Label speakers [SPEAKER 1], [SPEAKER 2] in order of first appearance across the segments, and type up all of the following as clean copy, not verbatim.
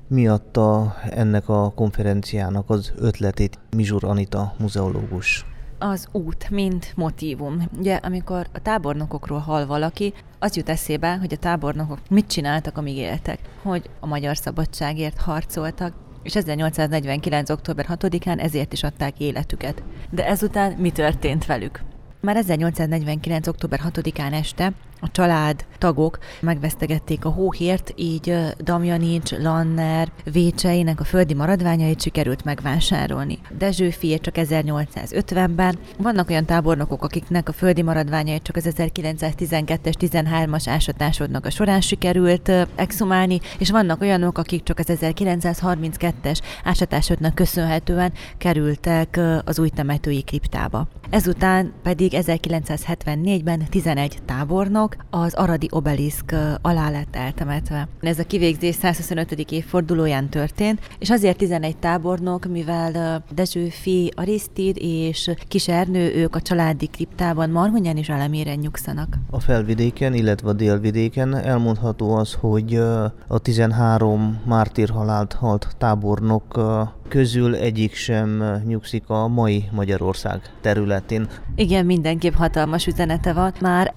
[SPEAKER 1] Mi adta ennek a konferenciának az ötletét? Mizsur Anita, muzeológus.
[SPEAKER 2] Az út, mint motívum. Ugye, amikor a tábornokokról hall valaki, az jut eszébe, hogy a tábornokok mit csináltak, amíg éltek. Hogy a magyar szabadságért harcoltak, és 1849. október 6-án ezért is adták életüket. De ezután mi történt velük? Már 1849. október 6-án este a család tagok megvesztegették a hóhért, így Damjanics, Lanner, Vécseinek a földi maradványait sikerült megvásárolni. Dezsőfié csak 1850-ben. Vannak olyan tábornokok, akiknek a földi maradványait csak az 1912-es, 13-as ásatásodnak a során sikerült exhumálni, és vannak olyanok, akik csak az 1932-es ásatásodnak köszönhetően kerültek az új temetői kriptába. Ezután pedig 1974-ben 11 tábornok az aradi obeliszk alá lett eltemetve. Ez a kivégzés 125. évfordulóján történt, és azért 11 tábornok, mivel Dezsőfi, Arisztid és Kis Ernő, ők a családi kriptában Marhonyán és Eleméren nyugszanak.
[SPEAKER 1] A felvidéken, illetve a délvidéken elmondható az, hogy a 13 mártírhalált halt tábornok közül egyik sem nyugszik a mai Magyarország területén.
[SPEAKER 2] Igen, mindenképp hatalmas üzenete van. Már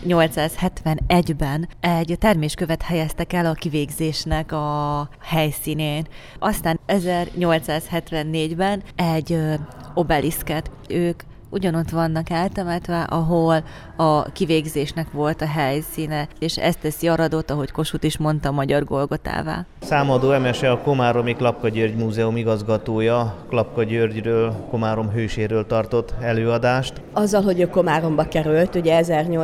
[SPEAKER 2] 1871-ben egy terméskövet helyeztek el a kivégzésnek a helyszínén. Aztán 1874-ben egy obeliszket. Ők ugyanott vannak eltemetve, ahol a kivégzésnek volt a helyszíne, és ezt teszi Aradot, ahogy Kossuth is mondta, magyar Golgotává.
[SPEAKER 1] Számadó Emese, a Komáromi Klapka György Múzeum igazgatója Klapka Györgyről, Komárom hőséről tartott előadást.
[SPEAKER 3] Azzal, hogy ő Komáromba került, ugye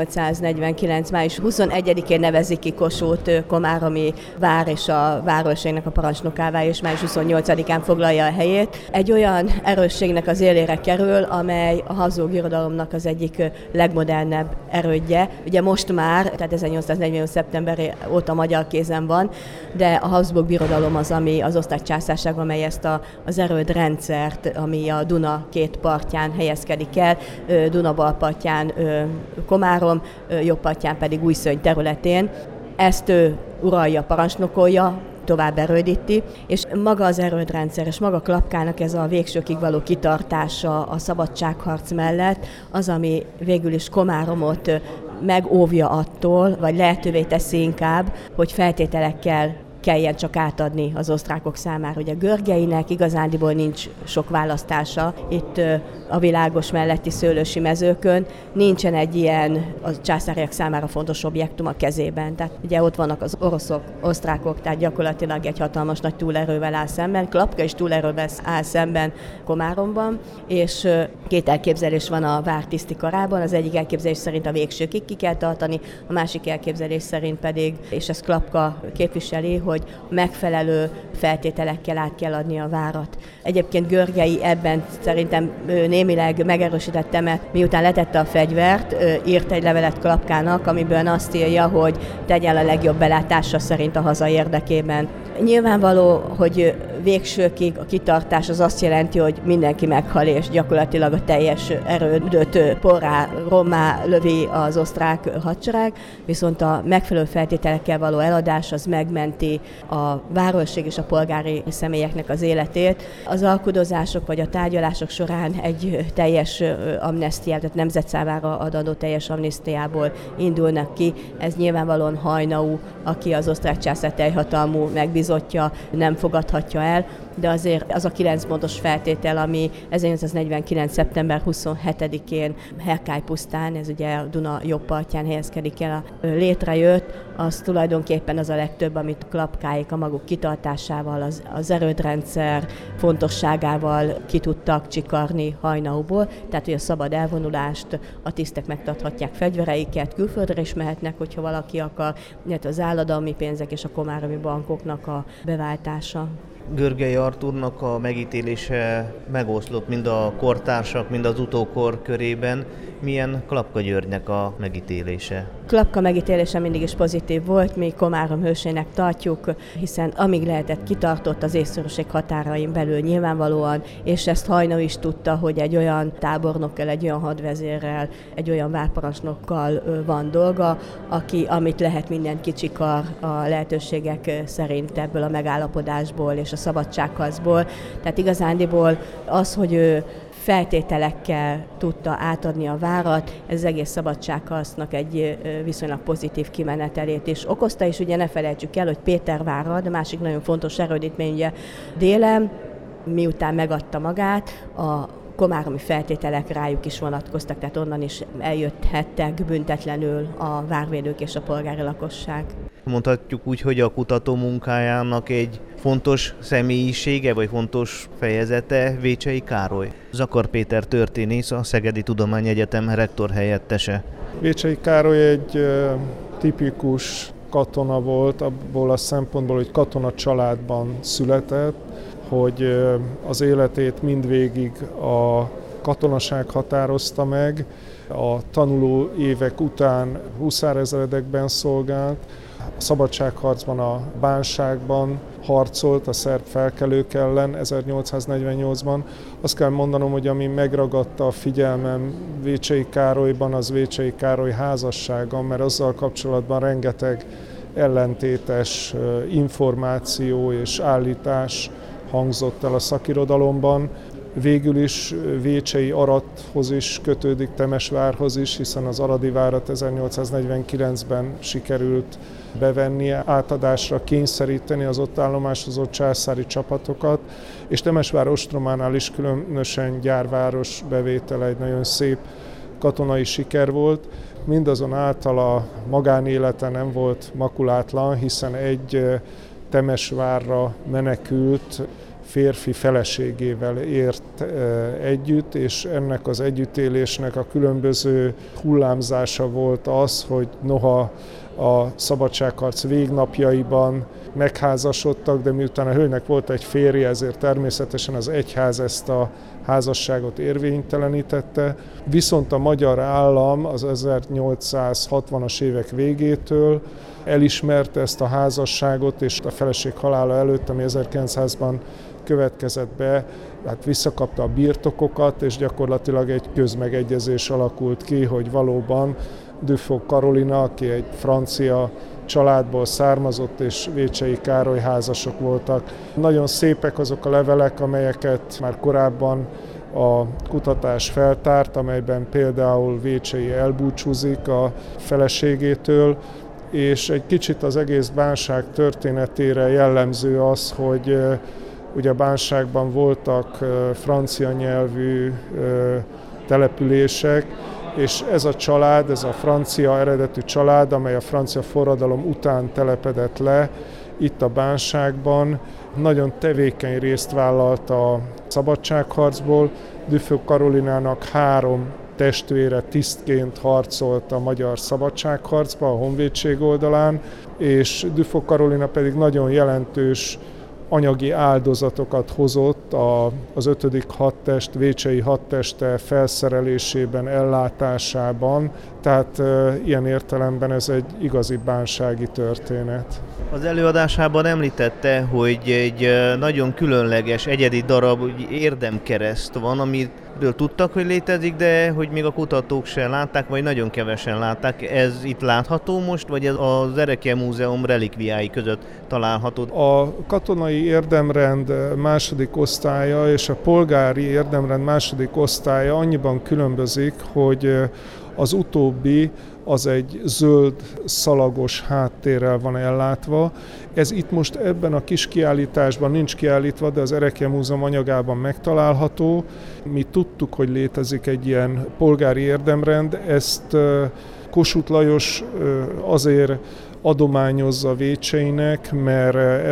[SPEAKER 3] 1849. május 21-én nevezik ki Kossuth komáromi vár és a várőrségnek a parancsnokává, és május 28-án foglalja a helyét. Egy olyan erősségnek az élére kerül, amely a Habsburg Birodalomnak az egyik legmodernebb erődje. Ugye most már, tehát 1848. szeptember óta magyar kézen van, de a Habsburg Birodalom az, ami az osztrák császárság, amely ezt az erődrendszert, ami a Duna két partján helyezkedik el, Duna bal partján Komárom, jobb partján pedig Újszöny területén. Ezt ő uralja, parancsnokolja, tovább erődíti, és maga az erődrendszer, és maga Klapkának ez a végsőkig való kitartása a szabadságharc mellett az, ami végül is Komáromot megóvja attól, vagy lehetővé teszi inkább, hogy feltételekkel kelljen csak átadni az osztrákok számára. Ugye Görgeinek igazándiból nincs sok választása. Itt a világos melletti szőlősi mezőkön nincsen egy ilyen a császáriak számára fontos objektum a kezében. Tehát ugye ott vannak az oroszok, osztrákok, tehát gyakorlatilag egy hatalmas nagy túlerővel áll szemben. Klapka is túlerővel áll szemben Komáromban, és két elképzelés van a vár tiszti karában. Az egyik elképzelés szerint a végsőkig ki kell tartani, a másik elképzelés szerint pedig, és ezt Klapka képviseli, hogy megfelelő feltételekkel át kell adni a várat. Egyébként Görgei ebben szerintem némileg megerősítette, mert miután letette a fegyvert, írt egy levelet Klapkának, amiből azt írja, hogy tegyen a legjobb belátása szerint a haza érdekében. Nyilvánvaló, hogy végsőkig a kitartás az azt jelenti, hogy mindenki meghal, és gyakorlatilag a teljes erődöt porrá, rommá lövi az osztrák hadsereg, viszont a megfelelő feltételekkel való eladás az megmenti a várőrség és a polgári személyeknek az életét. Az alkudozások vagy a tárgyalások során egy teljes amnesztiát, tehát nemzet számára adandó teljes amnesztiából indulnak ki. Ez nyilvánvalóan Haynau, aki az osztrák császár teljhatalmú megbízottja, nem fogadhatja el, de azért az a 9 pontos feltétel, ami 1949. szeptember 27-én Herkály pusztán, ez ugye a Duna jobb partján helyezkedik el, létrejött, az tulajdonképpen az a legtöbb, amit Klapkáik a maguk kitartásával, az erődrendszer fontosságával ki tudtak csikarni Haynauból, tehát hogy a szabad elvonulást, a tisztek megtarthatják fegyvereiket, külföldre is mehetnek, hogyha valaki akar, illetve az álladalmi pénzek és a komáromi bankoknak a beváltása.
[SPEAKER 1] Görgei Artúrnak a megítélése megoszlott mind a kortársak, mind az utókor körében, Milyen Klapka Györgynek a megítélése?
[SPEAKER 3] Klapka megítélése mindig is pozitív volt, mi Komárom hősének tartjuk, hiszen amíg lehetett, kitartott az észszerűség határain belül nyilvánvalóan, és ezt hajnal is tudta, hogy egy olyan tábornokkal, egy olyan hadvezérrel, egy olyan várparancsnokkal van dolga, aki, amit lehet, mindent kicsikar a lehetőségek szerint ebből a megállapodásból és a szabadságharcból. Tehát igazándiból az, hogy ő feltételekkel tudta átadni a várat, ez az egész szabadságharcnak egy viszonylag pozitív kimenetelét is okozta, és ugye ne felejtsük el, hogy Pétervárad, a másik nagyon fontos erődítmény ugye délen, miután megadta magát, a komáromi feltételek rájuk is vonatkoztak, tehát onnan is eljöthettek büntetlenül a várvédők és a polgári lakosság.
[SPEAKER 1] Mondhatjuk úgy, hogy a kutató munkájának egy fontos személyisége, vagy fontos fejezete Vécsey Károly. Zakar Péter történész, a Szegedi Tudományegyetem rektor helyettese.
[SPEAKER 4] Vécsey Károly egy tipikus katona volt, abból a szempontból, hogy katona családban született, hogy az életét mindvégig a katonaság határozta meg, a tanuló évek után huszárezredekben szolgált, a szabadságharcban, a bánságban harcolt a szerb felkelők ellen 1848-ban. Azt kell mondanom, hogy ami megragadta a figyelmem Vécsey Károlyban, az Vécsey Károly házassága, mert azzal kapcsolatban rengeteg ellentétes információ és állítás hangzott el a szakirodalomban. Végül is Vécsey Aradhoz is kötődik, Temesvárhoz is, hiszen az aradi várat 1849-ben sikerült bevenni, átadásra kényszeríteni az ott állomásozott császári csapatokat, és Temesvár ostrománál is különösen gyárváros bevétele egy nagyon szép katonai siker volt. Mindazonáltal a magánélete nem volt makulátlan, hiszen egy Temesvárra menekült férfi feleségével ért együtt, és ennek az együttélésnek a különböző hullámzása volt az, hogy noha a szabadságharc végnapjaiban megházasodtak, de miután a hölgynek volt egy férje, ezért természetesen az egyház ezt a házasságot érvénytelenítette. Viszont a magyar állam az 1860-as évek végétől elismerte ezt a házasságot, és a feleség halála előtt, ami 1900-ban következett be, hát visszakapta a birtokokat, és gyakorlatilag egy közmegegyezés alakult ki, hogy valóban Dufaux Karolina, aki egy francia családból származott, és Vécsey Károly házasok voltak. Nagyon szépek azok a levelek, amelyeket már korábban a kutatás feltárt, amelyben például Vécsey elbúcsúzik a feleségétől, és egy kicsit az egész bánság történetére jellemző az, hogy ugye a bánságban voltak francia nyelvű települések, és ez a család, ez a francia eredetű család, amely a francia forradalom után telepedett le, itt a bánságban, nagyon tevékeny részt vállalt a szabadságharcból. Dufaux Karolinának 3 testvére tisztként harcolt a magyar szabadságharcba, a honvédség oldalán, és Dufaux Karolina pedig nagyon jelentős anyagi áldozatokat hozott az 5. hadtest, Vécsey hadteste felszerelésében, ellátásában, tehát ilyen értelemben ez egy igazi bánsági történet.
[SPEAKER 1] Az előadásában említette, hogy egy nagyon különleges, egyedi darab érdemkereszt van, amiről tudtak, hogy létezik, de hogy még a kutatók sem látták, vagy nagyon kevesen látták. Ez itt látható most, vagy ez az Erekje Múzeum relikviái között található?
[SPEAKER 4] A katonai érdemrend második osztálya és a polgári érdemrend második osztálya annyiban különbözik, hogy az utóbbi az egy zöld szalagos háttérrel van ellátva. Ez itt most ebben a kis kiállításban nincs kiállítva, de az Erekje Múzeum anyagában megtalálható. Mi tudtuk, hogy létezik egy ilyen polgári érdemrend, ezt Kossuth Lajos azért adományozza Vécseynek, mert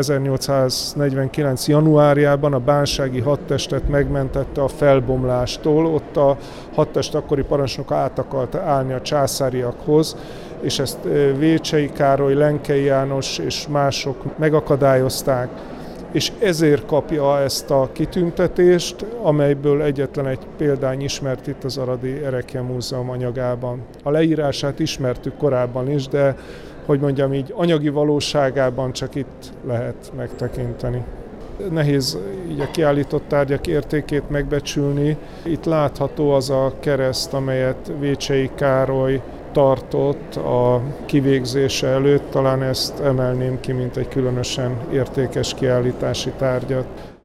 [SPEAKER 4] 1849. januárjában a bánsági hadtestet megmentette a felbomlástól. Ott a hadtest akkori parancsnoka át akart állni a császáriakhoz, és ezt Vécsey Károly, Lenkey János és mások megakadályozták. és ezért kapja ezt a kitüntetést, amelyből egyetlen egy példány ismert itt az Aradi Erekje Múzeum anyagában. A leírását ismertük korábban is, de hogy mondjam így, anyagi valóságában csak itt lehet megtekinteni. Nehéz így a kiállított tárgyak értékét megbecsülni. Itt látható az a kereszt, amelyet Vécsey Károly tartott a kivégzése előtt. Talán ezt emelném ki, mint egy különösen értékes kiállítási tárgyat.